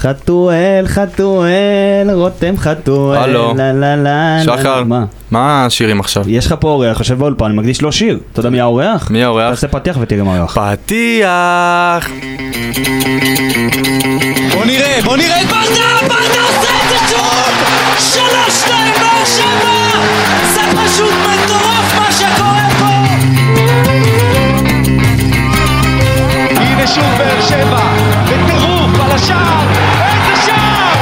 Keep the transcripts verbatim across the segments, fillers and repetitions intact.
חתואל, חתואל, רותם חתואל. הלו. לה לה לה. שחר, מה? מה השירים עכשיו? יש לך פה אורח, יושב באולפן, אני מקדיש לו שיר. אתה יודע מי האורח? מי האורח? תעשה פתיח ותראה מה האורח. פתיח! בוא נראה, בוא נראה את ברדה! ברדה עושה את זה שוב! שלוש שתיים באר שבע! זה פשוט מטורף מה שקורה פה! הנה שוב באר שבע! בטירוף על השער! איזה שער!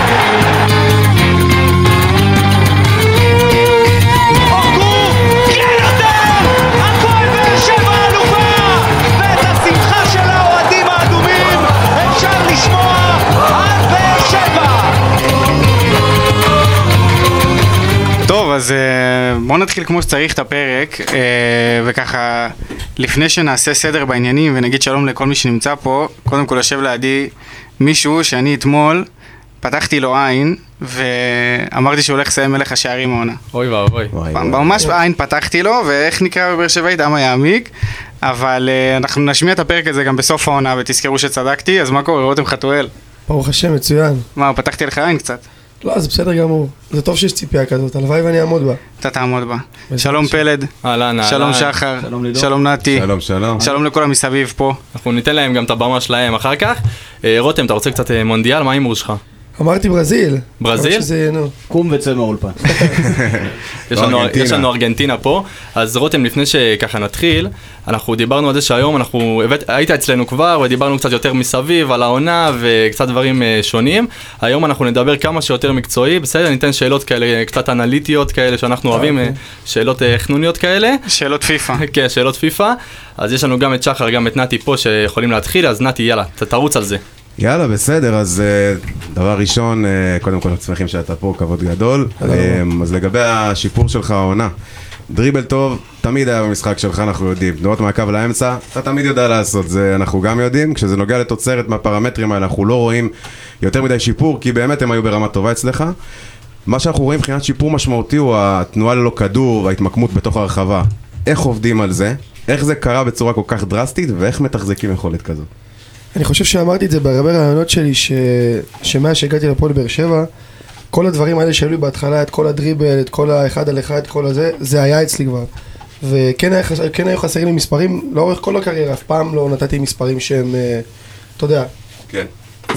אורגו! כן יותר! הפועל באר שבע אלופה! ואת השמחה של האוהדים האדומים אפשר לשמוע על באר שבע! טוב, אז בואו נתחיל כמו שצריך את הפרק, וככה לפני שנעשה סדר בעניינים ונגיד שלום לכל מי שנמצא פה, קודם כל יושב לידי מישהו שאני אתמול פתחתי לו עין ואמרתי שהוא הולך לסיים מלך השערים העונה. אוי ואבוי. ממש בעין פתחתי לו, ואיך נקרא בבאר שבעית? אמה יעמיק. אבל אנחנו נשמיע את הפרק הזה גם בסוף העונה ותזכרו שצדקתי. אז מה קורה? רותם חתואל. ברוך השם, מצוין. מה, פתחתי לך עין קצת? לא, זה בסדר גמור. זה טוב שיש ציפייה כזאת, הלוואי ואני אעמוד בה. אתה תעמוד בה. שלום פלד. אהלן, אהלן. שלום שחר. שלום לידור. שלום נתי. שלום, שלום. שלום לכל המסביב פה. אנחנו ניתן להם גם את הבמה שלהם אחר כך. אה, רותם, אתה רוצה קצת אה, מונדיאל? מה ההימור שלך? אמרתי ברזיל. ברזיל? אבל שזה, נו. קום וצא מהאולפן. יש לנו, יש לנו ארגנטינה פה. אז רותם, לפני שככה נתחיל, אנחנו דיברנו על זה שהיום אנחנו, הבאת, היית אצלנו כבר ודיברנו קצת יותר מסביב על העונה וקצת דברים uh, שונים. היום אנחנו נדבר כמה שיותר מקצועי, בסדר? ניתן שאלות כאלה, קצת אנליטיות כאלה שאנחנו אוהבים, uh, שאלות uh, חנוניות כאלה. שאלות פיפה. כן, שאלות פיפה. אז יש לנו גם את שחר, גם את נתי פה שיכולים להתחיל, אז נתי, יאללה, תרוץ על זה. יאללה, בסדר, אז דבר ראשון, קודם כל שמחים שאתה פה, כבוד גדול. אז לגבי השיפור שלך העונה, דריבל טוב, תמיד היה במשחק שלך, אנחנו יודעים. תנועות מהקו לאמצע, אתה תמיד יודע לעשות, זה אנחנו גם יודעים. כשזה נוגע לתוצרת מהפרמטרים האלה, אנחנו לא רואים יותר מדי שיפור, כי באמת הם היו ברמה טובה אצלך. מה שאנחנו רואים מבחינת שיפור משמעותי הוא התנועה ללא כדור, ההתמקמות בתוך הרחבה. איך עובדים על זה? איך זה קרה בצורה כל כך דרסטית, ואיך מתחזקים יכולת כזאת? אני חושב שאמרתי את זה בהרבה רעיונות שלי, ש... שמאז שהגעתי לפועל באר שבע, כל הדברים האלה שהיו לי בהתחלה, את כל הדריבל, את כל האחד על אחד, את כל הזה, זה היה אצלי כבר. וכן היה, כן היו חסרים לי מספרים, לאורך כל הקריירה, אף פעם לא נתתי מספרים שהם, אתה יודע. כן.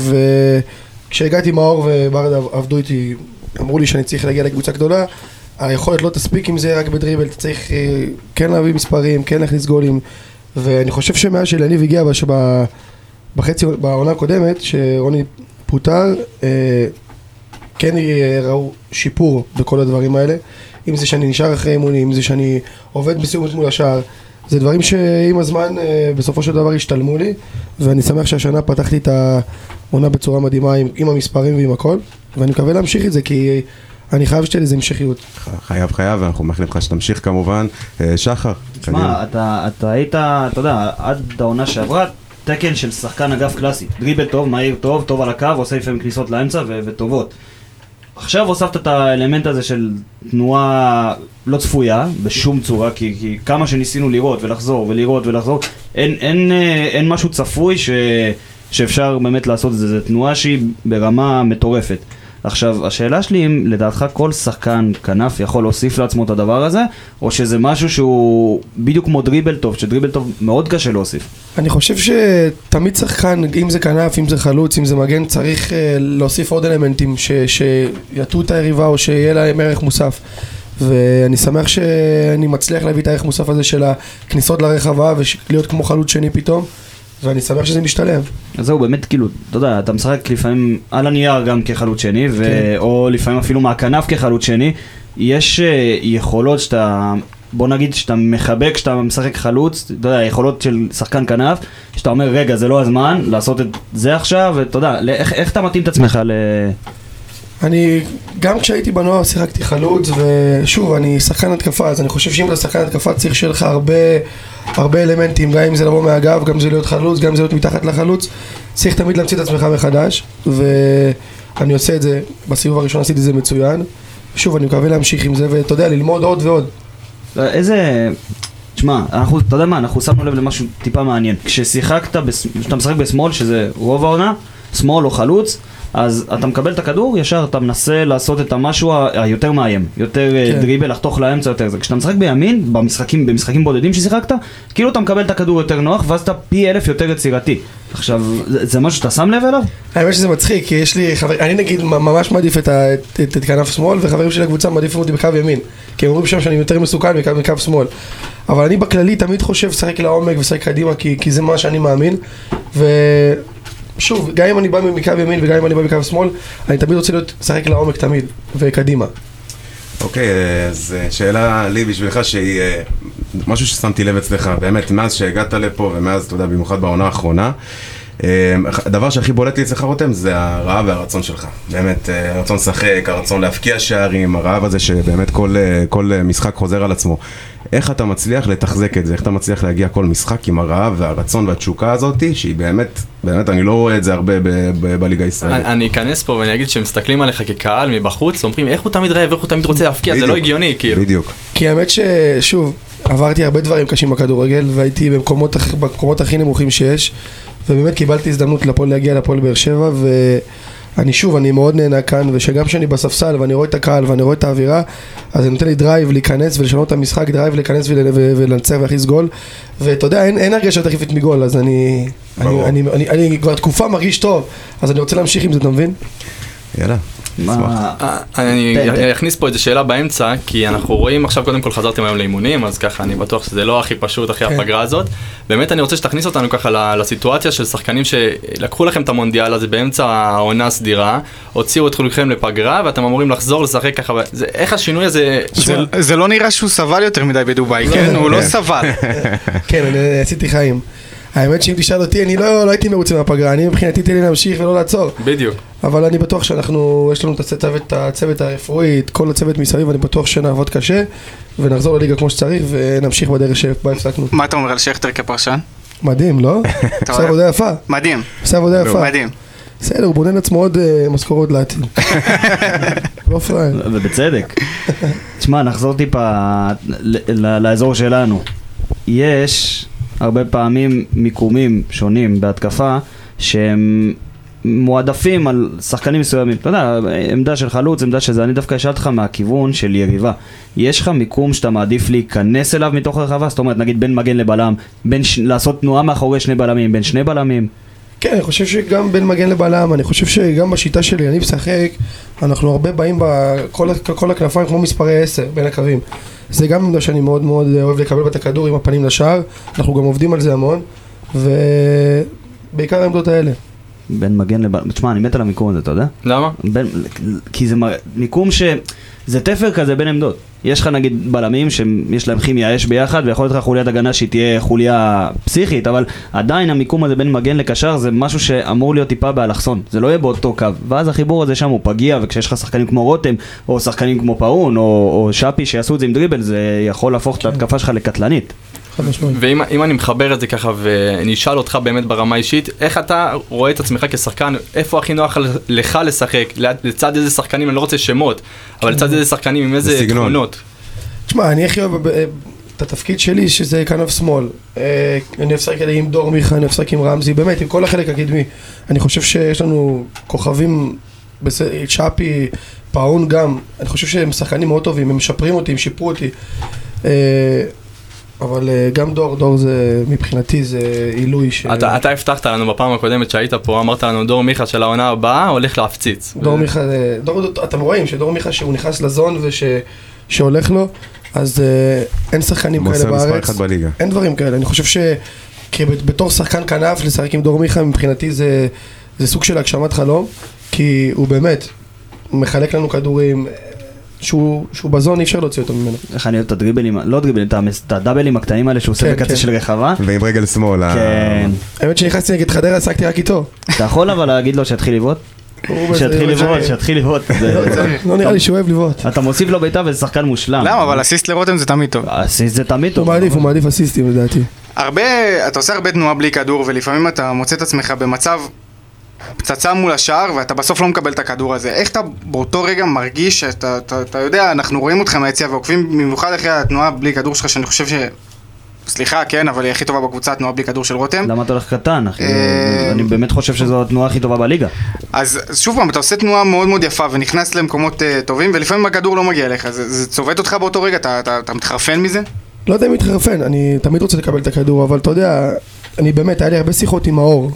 וכשהגעתי מאור וברדה עבדו איתי, אמרו לי שאני צריך להגיע לקבוצה גדולה, היכולת לא תספיק עם זה רק בדריבל, אתה צריך כן להביא מספרים, כן להכניס גולים, ואני חושב שמאז שלניב הגיע בשבא, בחצי, בעונה הקודמת, שרוני פוטר, אה, כן ראו שיפור בכל הדברים האלה. אם זה שאני נשאר אחרי אימונים, אם זה שאני עובד בסיומות מול השאר, זה דברים שעם הזמן אה, בסופו של דבר השתלמו לי, ואני שמח שהשנה פתחתי את העונה בצורה מדהימה עם, עם המספרים ועם הכל, ואני מקווה להמשיך את זה, כי אני חייב שתהיה לזה המשכיות. חייב חייב, ואנחנו מאחלים לך שתמשיך כמובן. שחר. תשמע, אתה, אתה היית, אתה יודע, עד העונה שעברה, תקן של שחקן אגף קלאסי, דריבל טוב, מהיר טוב, טוב על הקו, עושה לפעמים כניסות לאמצע ו- וטובות. עכשיו הוספת את האלמנט הזה של תנועה לא צפויה בשום צורה, כי, כי כמה שניסינו לראות ולחזור ולראות ולחזור, אין, אין, אין משהו צפוי ש- שאפשר באמת לעשות את זה, זה תנועה שהיא ברמה מטורפת. עכשיו, השאלה שלי אם לדעתך כל שחקן כנף יכול להוסיף לעצמו את הדבר הזה, או שזה משהו שהוא בדיוק כמו דריבל טוב, שדריבל טוב מאוד קשה להוסיף? אני חושב שתמיד שחקן, אם זה כנף, אם זה חלוץ, אם זה מגן, צריך להוסיף עוד אלמנטים ש, שיתו את היריבה או שיהיה להם ערך מוסף. ואני שמח שאני מצליח להביא את הערך מוסף הזה של הכניסות לרחבה ולהיות כמו חלוץ שני פתאום. ואני שמח שזה משתלם. אז זהו, באמת, כאילו, אתה יודע, אתה משחק לפעמים על הנייר גם כחלוץ שני, ו... כן. או לפעמים אפילו מהכנף כחלוץ שני. יש uh, יכולות שאתה, בוא נגיד שאתה מחבק, שאתה משחק חלוץ, אתה יודע, יכולות של שחקן כנף, שאתה אומר, רגע, זה לא הזמן לעשות את זה עכשיו, ואתה יודע, איך, איך אתה מתאים את עצמך ל... אני, גם כשהייתי בנוער שיחקתי חלוץ, ושוב, אני שחקן התקפה, אז אני חושב שאם אתה שחקן התקפה צריך שיהיה לך הרבה, הרבה אלמנטים, גם אם זה לבוא מהגב, גם זה להיות חלוץ, גם זה להיות מתחת לחלוץ, צריך תמיד להמציא את עצמך מחדש, ואני עושה את זה, בסיבוב הראשון עשיתי את זה מצוין, ושוב, אני מקווה להמשיך עם זה, ואתה יודע, ללמוד עוד ועוד. איזה... תשמע, אנחנו, אתה יודע מה, אנחנו שמנו לב למשהו טיפה מעניין. כששיחקת, כשאתה משחק בשמאל, שזה רוב העונה, שמאל או חלוץ, אז אתה מקבל את הכדור, ישר אתה מנסה לעשות את המשהו היותר מאיים, יותר כן. דריבל, לחתוך לאמצע יותר זה. כשאתה משחק בימין, במשחקים, במשחקים בודדים ששיחקת, כאילו אתה מקבל את הכדור יותר נוח, ואז אתה פי אלף יותר יצירתי. עכשיו, זה, זה משהו שאתה שם לב אליו? האמת שזה מצחיק, כי יש לי חבר... אני נגיד ממש מעדיף את, ה... את, את, את כנף שמאל, וחברים של הקבוצה מעדיפים אותי בקו ימין. כי הם אומרים שם שאני יותר מסוכן מקו, מקו שמאל. אבל אני בכללי תמיד חושב שחק לעומק ושחק קדימה, כי, כי זה מה שאני מאמין. ושוב, גם אם אני בא מקו ימין וגם אם אני בא מקו שמאל, אני תמיד רוצה להיות שחק לעומק תמיד, וקדימה. אוקיי, אז שאלה לי בשבילך שהיא משהו ששמתי לב אצלך, באמת, מאז שהגעת לפה ומאז, אתה יודע, במיוחד בעונה האחרונה, הדבר שהכי בולט לי אצלך רותם זה הרעב והרצון שלך. באמת, הרצון לשחק, הרצון להפקיע שערים, הרעב הזה שבאמת כל, כל משחק חוזר על עצמו. איך אתה מצליח לתחזק את זה? איך אתה מצליח להגיע כל משחק עם הרעב והרצון והתשוקה הזאת, שהיא באמת, באמת, אני לא רואה את זה הרבה בליגה הישראלית. אני אכנס פה ואני אגיד שמסתכלים עליך כקהל מבחוץ, אומרים איך הוא תמיד רעב, איך הוא תמיד רוצה להפקיע, זה לא הגיוני, כאילו. בדיוק. כי האמת ששוב, עברתי הרבה דברים קשים בכדורגל, והייתי במקומות, במקומות הכי נמוכים שיש, ובאמת קיבלתי הזדמנות לפועל להגיע לפועל באר שבע, ואני שוב, אני מאוד נהנה כאן, ושגם כשאני בספסל ואני רואה את הקהל ואני רואה את האווירה, אז אני נותן לי דרייב להיכנס ולשנות את המשחק, דרייב להיכנס ולנצח ולהכניס גול, ואתה יודע, אין, אין הרגשה תחליפית מגול, אז אני, אני, אני, אני, אני, אני כבר תקופה מרגיש טוב, אז אני רוצה להמשיך עם זה, אתה מבין? יאללה. אני אכניס פה איזו שאלה באמצע, כי אנחנו רואים עכשיו, קודם כל חזרתם היום לאימונים, אז ככה אני בטוח שזה לא הכי פשוט אחרי הפגרה הזאת. באמת אני רוצה שתכניס אותנו ככה לסיטואציה של שחקנים שלקחו לכם את המונדיאל הזה באמצע העונה הסדירה, הוציאו את חלקכם לפגרה, ואתם אמורים לחזור לשחק ככה. איך השינוי הזה... זה לא נראה שהוא סבל יותר מדי בדוביי, כן? הוא לא סבל. כן, אני עשיתי חיים. האמת שאם תשאל אותי, אני לא, לא הייתי מרוצה מהפגרה, אני מבחינתי תן לי להמשיך ולא לעצור. בדיוק. אבל אני בטוח שאנחנו, יש לנו את הצוות, הצוות הרפואי, את כל הצוות מסביב, אני בטוח שנעבוד קשה, ונחזור לליגה כמו שצריך, ונמשיך בדרך שבה הפסקנו. מה אתה אומר על שכטר כפרשן? מדהים, לא? עושה עבודה יפה. מדהים. עושה עבודה יפה. מדהים. בסדר, הוא בונה לעצמו עוד משכורות לעתיד. לא פראיין. ובצדק. תשמע, נחזור טיפה לאזור שלנו. יש הרבה פעמים מיקומים שונים בהתקפה שהם מועדפים על שחקנים מסוימים. אתה יודע, עמדה של חלוץ, עמדה שזה, אני דווקא אשאל אותך מהכיוון של יריבה. יש לך מיקום שאתה מעדיף להיכנס אליו מתוך הרחבה? זאת אומרת, נגיד בין מגן לבלם, בין ש... לעשות תנועה מאחורי שני בלמים, בין שני בלמים? כן, אני חושב שגם בין מגן לבלם, אני חושב שגם בשיטה שלי, אני משחק, אנחנו הרבה באים בכל כל הכנפיים כמו מספרי עשר בין הקווים. זה גם עמדה שאני מאוד מאוד אוהב לקבל בת הכדור עם הפנים לשער, אנחנו גם עובדים על זה המון, ובעיקר העמדות האלה. בין מגן לבלם, תשמע, אני מת על המיקום הזה, אתה יודע? למה? בין, כי זה מיקום ש... זה תפר כזה בין עמדות. יש לך נגיד בלמים שיש להם כימיה אש ביחד, ויכול להיות לך חוליית הגנה שהיא תהיה חוליה פסיכית, אבל עדיין המיקום הזה בין מגן לקשר זה משהו שאמור להיות טיפה באלכסון. זה לא יהיה באותו קו. ואז החיבור הזה שם הוא פגיע, וכשיש לך שחקנים כמו רותם, או שחקנים כמו פאון, או, או שפי שיעשו את זה עם דריבל, זה יכול להפוך כן. את ההתקפה שלך לקטלנית. ואם אם אני מחבר את זה ככה ואני אשאל אותך באמת ברמה אישית, איך אתה רואה את עצמך כשחקן, איפה הכי נוח לך לשחק, לצד איזה שחקנים, אני לא רוצה שמות, אבל לצד איזה שחקנים עם איזה תכונות? תשמע, אני הכי אוהב את התפקיד שלי שזה כנף שמאל, אני אפסק עם דור מיכה, אני אפסק עם רמזי, באמת עם כל החלק הקדמי, אני חושב שיש לנו כוכבים, שפי, פאון גם, אני חושב שהם שחקנים מאוד טובים, הם משפרים אותי, הם שיפרו אותי, אבל גם דור, דור זה, מבחינתי זה עילוי ש... אתה, אתה הבטחת לנו בפעם הקודמת שהיית פה, אמרת לנו דור מיכה של העונה הבאה הולך להפציץ. דור ו... מיכה, דור, אתם רואים שדור מיכה שהוא נכנס לזון ושהולך לו, אז אין שחקנים כאלה בארץ. אין דברים כאלה, אני חושב שבתור שחקן כנף לשחק עם דור מיכה מבחינתי זה, זה סוג של הגשמת חלום, כי הוא באמת מחלק לנו כדורים, שהוא, שהוא בזון, אי אפשר להוציא אותו ממנו. איך אני אוהב את הדריבלים, לא דריבלים, את הדאבלים הקטנים האלה שהוא עושה בקצה של רחבה. ועם רגל שמאל. כן. האמת שנכנסתי נגד חדרה, עסקתי רק איתו. אתה יכול אבל להגיד לו שיתחיל לבעוט? שיתחיל לבעוט, שיתחיל לבעוט. לא נראה לי שהוא אוהב לבעוט. אתה מוסיף לו בעיטה וזה שחקן מושלם. למה? אבל אסיסט לרותם זה תמיד טוב. אסיסט זה תמיד טוב. הוא מעדיף, הוא מעדיף אסיסטים לדעתי. הרבה, אתה עושה הרבה תנועה בלי כדור, ולפעמים אתה מוצא את עצמך במצב פצצה מול השער, ואתה בסוף לא מקבל את הכדור הזה. איך אתה באותו רגע מרגיש שאתה, אתה, אתה יודע, אנחנו רואים אותך מהיציאה ועוקבים במיוחד אחרי התנועה בלי כדור שלך, שאני חושב סליחה, כן, אבל היא הכי טובה בקבוצה, תנועה בלי כדור של רותם. למה אתה הולך קטן, אחי? אני באמת חושב שזו התנועה הכי טובה בליגה. אז שוב פעם, אתה עושה תנועה מאוד מאוד יפה ונכנס למקומות טובים, ולפעמים הכדור לא מגיע אליך, זה צובט אותך באותו רגע, אתה מתחרפן מזה? לא יודע אם מתחרפן, אני תמיד רוצה לקבל את הכדור, אבל אתה יודע, אני באמת, היה לי הרבה שיחות עם האור,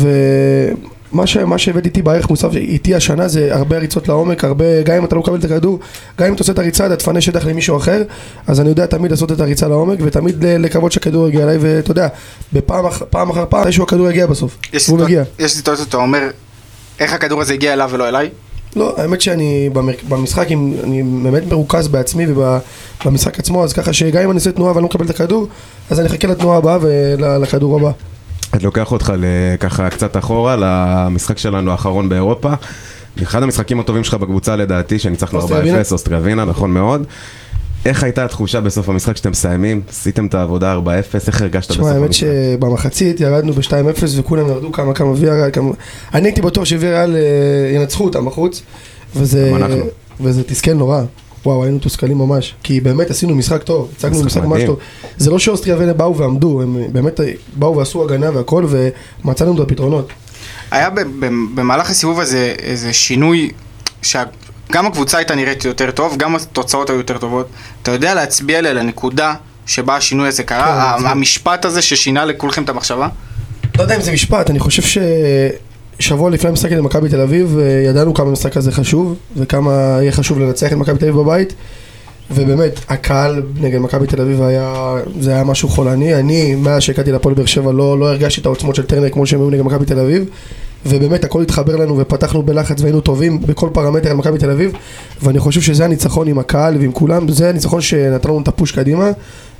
ומה ש, מה שהבאתי איתי בערך מוסף איתי השנה זה הרבה ריצות לעומק, הרבה, גם אם אתה לא מקבל את הכדור, גם אם אתה עושה את הריצה, אתה תפנה שטח למישהו אחר, אז אני יודע תמיד לעשות את הריצה לעומק, ותמיד לקוות שהכדור יגיע אליי, ואתה יודע, בפעם פעם אחר פעם, איזשהו הכדור יגיע בסוף, והוא מגיע. יש סיטואציות, אתה אומר, איך הכדור הזה הגיע אליו ולא אליי? לא, האמת שאני במשחק, אני באמת מרוכז בעצמי ובמשחק עצמו, אז ככה שגם אם אני עושה תנועה ואני לא מקבל את הכדור, אז אני אחכה לתנועה הבאה ולכדור הבא. אני לוקח אותך ככה קצת אחורה למשחק שלנו האחרון באירופה. אחד המשחקים הטובים שלך בקבוצה לדעתי, שניצחנו ארבע אפס, אוסטריה ווינה, נכון מאוד. איך הייתה התחושה בסוף המשחק שאתם מסיימים? עשיתם את העבודה ארבע אפס, איך הרגשת בסוף המשחק? תשמע, האמת שבמחצית ירדנו ב-שתיים אפס וכולם ירדו כמה כמה ויאריאל, אני הייתי בטוח שוויאריאל ינצחו אותם בחוץ, וזה תסכל נורא. וואו, היינו תוסכלים ממש, כי באמת עשינו משחק טוב, הצגנו משחק ממש טוב. זה לא שאוסטריה ווינה באו ועמדו, הם באמת באו ועשו הגנה והכל, ומצאנו את הפתרונות. היה במהלך הסיבוב הזה איזה שינוי, גם הקבוצה הייתה נראית יותר טוב, גם התוצאות היו יותר טובות. אתה יודע להצביע לי על הנקודה שבה השינוי הזה קרה, המשפט הזה ששינה לכולכם את המחשבה? לא יודע אם זה משפט, אני חושב ששבוע לפני המשחק את מכבי תל אביב, ידענו כמה המשחק הזה חשוב, וכמה יהיה חשוב לנצח את מכבי תל אביב בבית, ובאמת, הקהל נגד מכבי תל אביב היה, זה היה משהו חולני. אני, מאז שהגעתי לפועל באר שבע, לא, לא הרגשתי את העוצמות של טרנר כמו שהם היו נגד מכבי תל אביב, ובאמת הכל התחבר לנו ופתחנו בלחץ והיינו טובים בכל פרמטר על מכבי תל אביב, ואני חושב שזה הניצחון עם הקהל ועם כולם, זה הניצחון שנתן לנו את הפוש קדימה,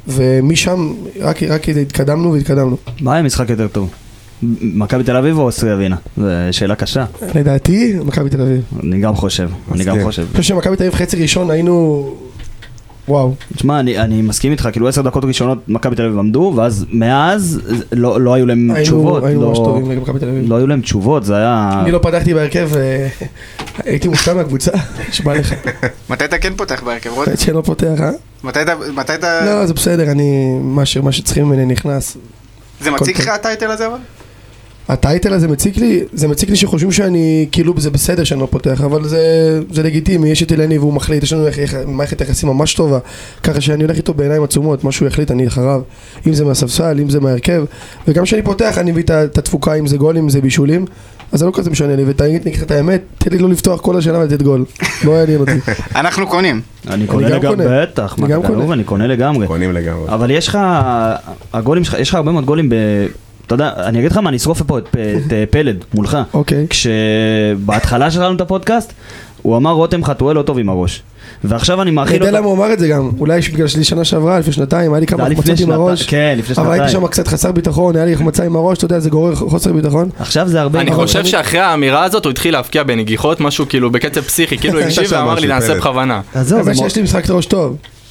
ומשם רק, רק התקדמנו והתקדמנו. מה היה משחק יותר טוב? מכבי תל אביב או אוסטריה ווינה? זו שאלה קשה. לדעתי, מכבי תל אביב. אני גם חושב, אני גם חושב. אני חושב שמכבי תל אביב חצי ראשון היינו... וואו. תשמע, אני, אני מסכים איתך, כאילו עשר דקות ראשונות מכבי תל אביב עמדו, ואז מאז לא, לא היו להם היינו, תשובות. היינו לא, ממש טובים נגד מכבי תל אביב. לא היו להם תשובות, זה היה... אני לא פתחתי בהרכב, הייתי מופתע מהקבוצה, שבא לך. מתי אתה כן פותח בהרכב, רותם? מתי שלא פותח, אה? מתי אתה... מתי אתה... לא, זה בסדר, אני... מה, ש... מה שצריכים ממני נכנס. זה מציג לך הטייטל הזה אבל? הטייטל הזה מציק לי, זה מציק לי שחושבים שאני, כאילו זה בסדר שאני לא פותח, אבל זה, זה לגיטימי, יש את אלני והוא מחליט, יש לנו מערכת יחסים ממש טובה, ככה שאני הולך איתו בעיניים עצומות, מה שהוא יחליט אני אחריו, אם זה מהספסל, אם זה מהרכב, וגם כשאני פותח אני מביא את התפוקה, אם זה גולים, אם זה בישולים, אז זה לא כזה משנה לי, ותגיד נקרא את האמת, תן לי לא לפתוח כל השנה ולתת גול, לא יעניין אותי. אנחנו קונים. אני קונה לגמרי, בטח, אני קונה לגמרי. קונים לגמרי. אבל יש לך, הגולים שלך, יש לך הרבה מאוד גולים ב... אתה יודע, אני אגיד לך מה, אני אשרוף פה את פלד מולך. אוקיי. כשבהתחלה שלנו את הפודקאסט, הוא אמר רותם חתואל לא טוב עם הראש. ועכשיו אני מאכיל אותו... אני יודע למה הוא אמר את זה גם. אולי בגלל שלי שנה שעברה, לפני שנתיים, היה לי כמה החמצות עם הראש. כן, לפני שנתיים. אבל הייתי שם קצת חסר ביטחון, היה לי החמצה עם הראש, אתה יודע, זה גורר חוסר ביטחון. עכשיו זה הרבה... אני חושב שאחרי האמירה הזאת הוא התחיל להפקיע בנגיחות, משהו כאילו בקצב פסיכי, כאילו הקשיב ואמר לי נעשה בכוונה. האמת שיש לי משחק ראש טוב.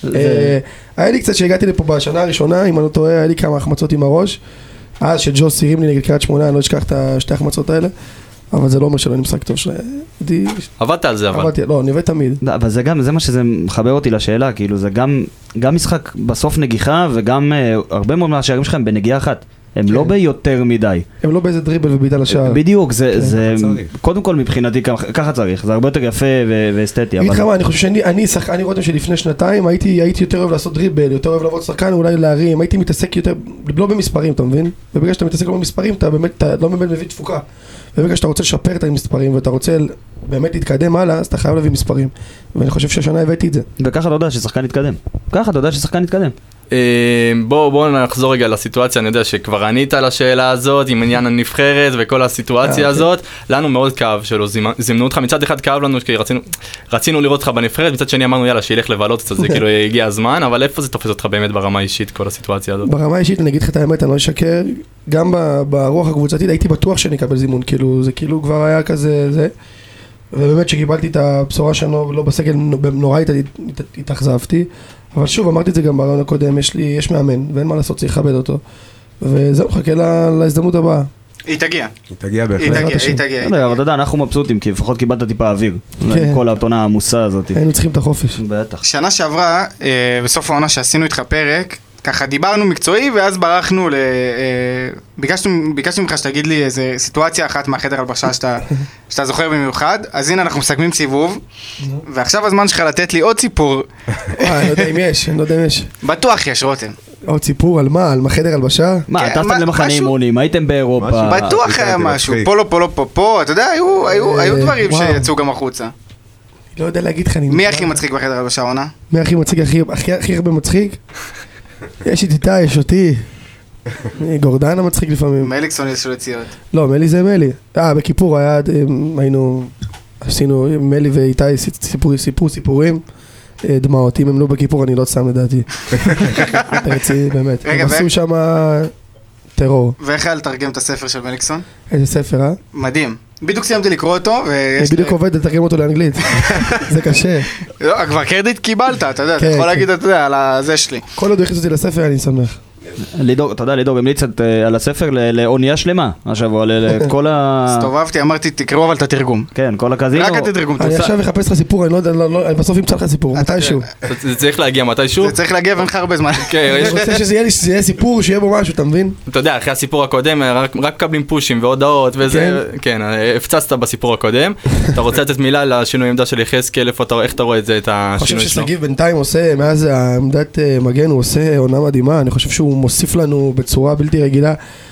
היה לי קצת שהגעתי לפה בשנה הראשונה, אם אני לא טועה, היה לי כמה החמצות עם הראש. אז שג'וס הרים לי נגד קריית שמונה, אני לא אשכח את שתי החמצות האלה, אבל זה לא אומר שלא אני משחק טוב שלי. עבדת על זה אבל. עבדתי, לא, אני עובד תמיד. אבל זה גם, זה מה שזה מחבר אותי לשאלה, כאילו זה גם, גם משחק בסוף נגיחה, וגם הרבה מאוד מהשערים שלכם בנגיעה אחת. הם לא ביותר מדי. הם לא באיזה דריבל וביטה לשער. בדיוק, זה, קודם כל מבחינתי ככה צריך, זה הרבה יותר יפה ואסתטי. אני אגיד לך מה, אני חושב שאני, אני רותם שלפני שנתיים, הייתי יותר אוהב לעשות דריבל, יותר אוהב לעבוד שחקן, אולי להרים, הייתי מתעסק יותר, לא במספרים, אתה מבין? ובגלל שאתה מתעסק לא במספרים, אתה באמת לא באמת מביא תפוקה. ובגלל שאתה רוצה לשפר את המספרים, ואתה רוצה באמת להתקדם הלאה, אז אתה חייב להביא מספרים. ואני חושב שהשנה הבאתי את זה. וככה אתה יודע ששחקן יתקדם. ככה אתה יודע ששחקן יתקדם. בואו בואו נחזור רגע לסיטואציה, אני יודע שכבר ענית על השאלה הזאת עם עניין הנבחרת וכל הסיטואציה הזאת, לנו מאוד כאב שלא זימנו אותך, מצד אחד כאב לנו כי רצינו רצינו לראות אותך בנבחרת, מצד שני אמרנו יאללה שילך לבלות קצת, זה כאילו הגיע הזמן, אבל איפה זה תופס אותך באמת ברמה האישית כל הסיטואציה הזאת? ברמה האישית אני אגיד לך את האמת, אני לא אשקר, גם ברוח הקבוצתית הייתי בטוח שאני אקבל זימון, כאילו זה כאילו כבר היה כזה זה, ובאמת שקיבלתי את הבשורה שלנו לא בסגל נורא התאכזבתי. אבל שוב, אמרתי את זה גם ברעיון הקודם, יש לי, יש מאמן, ואין מה לעשות, צריך לכבד אותו. וזהו, חכה לה, להזדמנות הבאה. היא תגיע. היא תגיע בהחלט. היא תגיע, היא תגיע. אבל אתה יודע, אנחנו מבסוטים, כי לפחות קיבלת טיפה אוויר. כל העתונה העמוסה הזאת. היינו צריכים את החופש. בטח. שנה שעברה, בסוף העונה שעשינו איתך פרק, ככה דיברנו מקצועי, ואז ברחנו ל... ביקשנו ממך שתגיד לי איזה סיטואציה אחת מהחדר הלבשה שאתה, שאתה זוכר במיוחד, אז הנה אנחנו מסכמים סיבוב, ועכשיו הזמן שלך לתת לי עוד סיפור. אני לא יודע אם יש, אני לא יודע אם יש. בטוח יש, רותם. עוד סיפור על מה? על חדר הלבשה? מה, טסתם למחנה אימונים, הייתם באירופה. בטוח היה משהו, פה לא, פה לא, פה פה, אתה יודע, היו דברים שיצאו גם החוצה. לא יודע להגיד לך, אני... מי הכי מצחיק בחדר הלבשה, עונה? מי הכי מצחיק, הכי הרבה מצחיק? יש את איתי, יש אותי. גורדן המצחיק לפעמים. מליקסון יש לו יציאות. לא, מלי זה מלי. אה, בכיפור היה, היינו, עשינו, מלי ואיתי סיפרו סיפורים. דמעות, אם הם לא בכיפור אני לא שם לדעתי. אתה רציני, באמת. הם עשו שם טרור. ואיך היה לתרגם את הספר של מליקסון? איזה ספר, אה? מדהים. בדיוק סיימתי לקרוא אותו, ויש... בדיוק עובד לתרגם אותו לאנגלית. זה קשה. לא, כבר קרדיט קיבלת, אתה יודע, אתה יכול להגיד, אתה יודע, על הזה שלי. כל עוד הוא הכניס אותי לספר, אני שמח. לידור, אתה יודע, לידור המליץ על הספר לאונייה שלמה, השבוע, לכל ה... הסתובבתי, אמרתי, תקראו אבל את התרגום. כן, כל הקזינו. רק את התרגום. אני עכשיו אחפש לך סיפור, אני לא יודע, בסוף אמצא לך סיפור, מתישהו. זה צריך להגיע מתישהו? זה צריך להגיע ואין לך הרבה זמן. אני רוצה שזה יהיה סיפור, שיהיה בו משהו, אתה מבין? אתה יודע, אחרי הסיפור הקודם, רק מקבלים פושים והודעות וזה, כן, הפצצת בסיפור הקודם. אתה רוצה לתת מילה לשינוי עמדה של יחזקאל, איך אתה רואה את זה, את השינוי שלו? אני חושב שסגיב בינתיים עושה, מאז העמדת מגן הוא עושה עונה מדהימה, אני חושב שהוא מוסיף לנו בצורה בלתי רגילה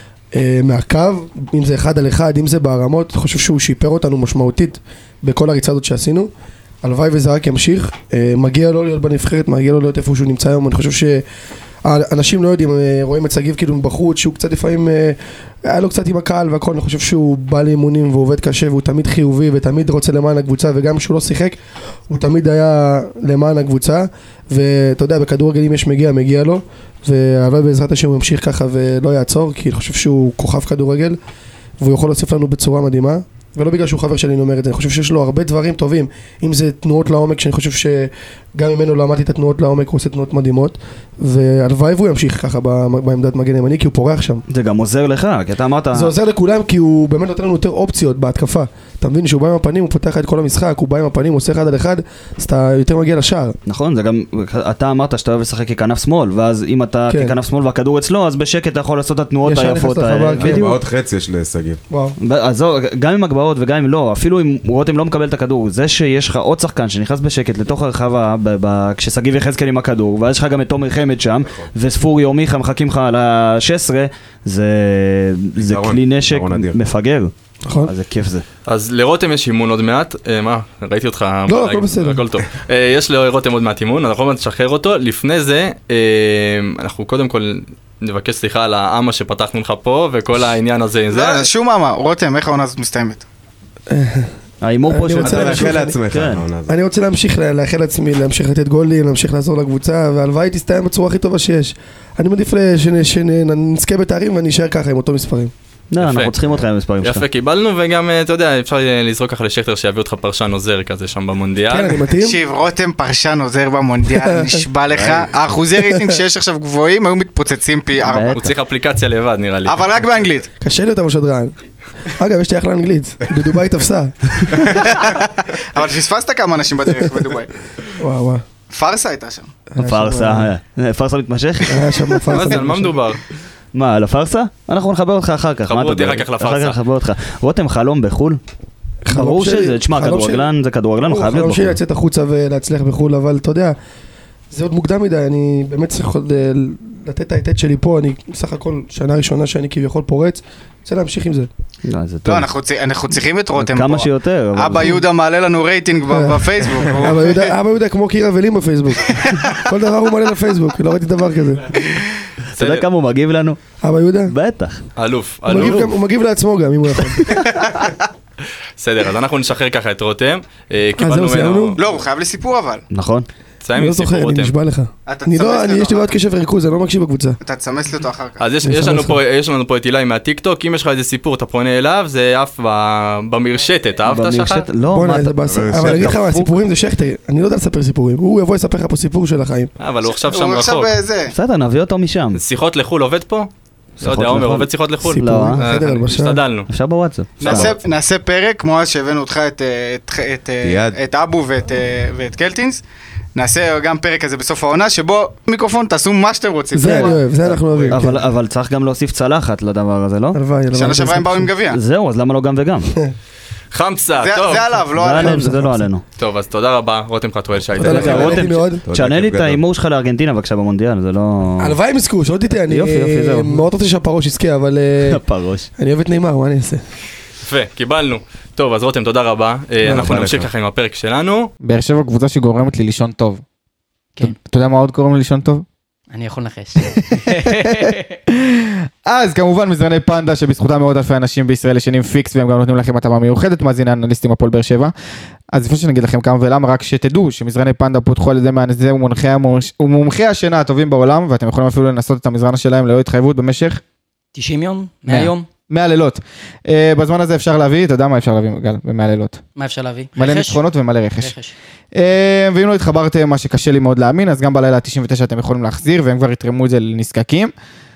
מהקו, אם זה אחד על אחד, אם זה בהרמות, אני חושב שהוא שיפר אותנו משמעותית בכל הריצה הזאת שעשינו. הלוואי וזה רק ימשיך, מגיע לו להיות בנבחרת, מגיע לו להיות איפה שהוא נמצא היום, אני חושב שאנשים לא יודעים, רואים את סגיב כאילו מבחוץ, שהוא קצת לפעמים, היה לו קצת עם הקהל והכל, אני חושב שהוא בא לאימונים והוא עובד קשה, והוא תמיד חיובי ותמיד רוצה למען הקבוצה, וגם כשהוא לא שיחק, הוא תמיד היה למען הקבוצה, ואתה יודע, בכדורגל אם יש מגיע, מגיע לו, והלוואי בעזרת השם הוא ימשיך ככה ולא יעצור, כי אני חושב שהוא כוכב כדורגל, והוא יכול להוסיף לנו בצורה מדהימה, ולא בגלל שהוא חבר שלי אומר את זה, אני חושב שיש לו הרבה דברים טובים, אם זה תנועות לעומק, שאני חושב שגם ממנו למדתי את התנועות לעומק, הוא עושה תנועות מדהימות, והלוואי והוא ימשיך ככה בעמדת מגן ימני, כי הוא פורח שם. זה גם עוזר לך, כי אתה אמרת... זה עוזר לכולם, כי הוא באמת נותן לנו יותר אופציות בהתקפה. אתה מבין שהוא בא עם הפנים, הוא פותח את כל המשחק, הוא בא עם הפנים, הוא עושה אחד על אחד, אז אתה יותר מגיע לשער. נכון, זה גם, אתה אמרת שאתה אוהב לשחק ככנף שמאל, ואז אם אתה ככנף שמאל והכדור אצלו, אז בשקט אתה יכול לעשות את התנועות היפות. עוד חצי יש לשגיב. אז גם עם הגבהות וגם אם לא, אפילו אם רותם לא מקבל את הכדור, זה שיש לך עוד שחקן שנכנס בשקט לתוך הרחבה, כשסגיב יחזקאל עם הכדור, ואז יש לך גם את תומר חמד שם, וספורי או מיכה מחכים לך על ה-שש עשרה, זה כלי נשק מפגר. נכון. אז זה כיף זה. אז לרותם יש אימון עוד מעט, מה? ראיתי אותך... לא, הכל בסדר. הכל טוב. יש לרותם עוד מעט אימון, אנחנו עוד נשחרר אותו. לפני זה, אנחנו קודם כל נבקש סליחה על האמה שפתחנו לך פה, וכל העניין הזה. לא, שום אמה. רותם, איך העונה הזאת מסתיימת? האימור פה אני רוצה לאחל לעצמך. אני רוצה להמשיך לאחל לעצמי, להמשיך לתת גולים, להמשיך לעזור לקבוצה, והלוואי תסתיים בצורה הכי טובה שיש. אני מעדיף שנזכה בתארים ואני אשאר ככה עם אותו מספרים. לא, אנחנו צריכים אותך עם המספרים שלך. יפה, קיבלנו, וגם, אתה יודע, אפשר לזרוק ככה לשכתר שיביא אותך פרשן עוזר כזה שם במונדיאל. כן, אני מתאים. תקשיב, רותם פרשן עוזר במונדיאל, נשבע לך. האחוזי רייטינג שיש עכשיו גבוהים, היו מתפוצצים פי ארבע. הוא צריך אפליקציה לבד, נראה לי. אבל רק באנגלית. קשה לי אותם משדרן. אגב, יש לי אחלה אנגלית. בדוביי תפסה. אבל פספסת כמה אנשים בדרך בדוביי. וואו, וואו. פרסה הייתה שם. פרסה, פרסה מתמשך? היה שם פרסה. מה זה, על מה מדובר? מה, על הפרסה? אנחנו נחבר אותך אחר כך. חברו אותי אחר כך לפרסה. אחר כך נחבר אותך. רותם, חלום בחול? ברור שזה, תשמע, כדורגלן זה כדורגלן, הוא חייב להיות בחול. חלום שלי לצאת החוצה ולהצליח בחול, אבל אתה יודע, זה עוד מוקדם מדי, אני באמת צריך לתת את ההיטט שלי פה, אני בסך הכל שנה ראשונה שאני כביכול פורץ, רוצה להמשיך עם זה. לא, אנחנו צריכים את רותם פה. כמה שיותר. אבא יהודה מעלה לנו רייטינג בפייסבוק. אבא יהודה כמו קירה ולים בפייסבוק. כל דבר הוא מעלה לפייסבוק, לא ראיתי דבר כזה. אתה יודע כמה הוא מגיב לנו? אבא יהודה? בטח. אלוף. הוא מגיב לעצמו גם, אם הוא יכול. בסדר, אז אנחנו נשחרר ככה את רותם. זהו, סיימנו? לא, הוא חייב לסיפור אבל. נכון. אני לא זוכר, אני נשבע לך. אני לא, יש לי בעד קשב וריכוז, אני לא מקשיב בקבוצה. אתה תסמס לי אותו אחר כך. אז יש לנו פה את אילי מהטיקטוק, אם יש לך איזה סיפור, אתה פונה אליו, זה אף במרשתת, אהבת שחר? לא, אבל אני אגיד לך מה, הסיפורים זה שכתר, אני לא יודע לספר סיפורים, הוא יבוא לספר לך פה סיפור של החיים. אבל הוא עכשיו שם הוא עכשיו רחוק. בזה. בסדר, נביא אותו משם. שיחות לחול עובד פה? לא יודע, עומר, עובד שיחות לחול? סיפור, חדר הלבשה. השתדלנו. אפשר בוואטסאפ. נעשה פרק, כמו אז שהבאנו אותך את אבו ואת קלטינס, נעשה גם פרק כזה בסוף העונה, שבו מיקרופון תעשו מה שאתם רוצים. זה אני אוהב, זה אנחנו אוהבים. אבל, אבל צריך גם להוסיף צלחת לדבר הזה, לא? הלוואי, הלוואי. שנה שעברה הם באו עם גביע. זהו, אז למה לא גם וגם? חמסה, זה- טוב. זה עליו, לא זה עלינו. עלינו, זה לא עלינו. טוב, אז תודה רבה, רותם חתואל שהיית. תודה לכם, רותם, נהניתי מאוד. תשנה לי את גדול. ההימור שלך לארגנטינה בבקשה במונדיאל, זה לא... הלוואי הם יזכו, שלא תטעה, אני יופי, יופי, זהו. מאוד רוצה שהפרוש יזכה, אבל אה, הפרוש. אני אוהב את נאמר, מה אני אעשה? יפה, קיבלנו. טוב, אז רותם, תודה רבה. אה, אנחנו תודה נמשיך לך. ככה עם הפרק שלנו. באר שבע קבוצה שגורמת לי לישון טוב. כן. אתה- אתה יודע מה עוד גורם לי לישון טוב? אני יכול לנחש. אז כמובן מזרני פנדה שבזכותם מאות אלפי אנשים בישראל ישנים פיקס והם גם נותנים לכם הטבה מיוחדת מאזיני אנליסטים הפועל באר שבע. אז לפני שאני אגיד לכם כמה ולמה, רק שתדעו שמזרני פנדה פותחו על ידי מהנדסי ומומחי המומש- ומומחי השינה הטובים בעולם, ואתם יכולים אפילו לנסות את המזרנה שלהם ללא התחייבות במשך תשעים יום? מאה. מאה יום? מאה לילות. אה, בזמן הזה אפשר להביא, אתה יודע מה אפשר להביא גל, במאה לילות. מה אפשר להביא? מלא רכש? ניצחונות ומלא רכש. רכש. אה, ואם לא התחברתם, מה שקשה לי מאוד להאמין, אז גם בלילה ה-תשעים ותשע אתם יכולים להחזיר, והם כבר יתרמו את זה לנזקקים.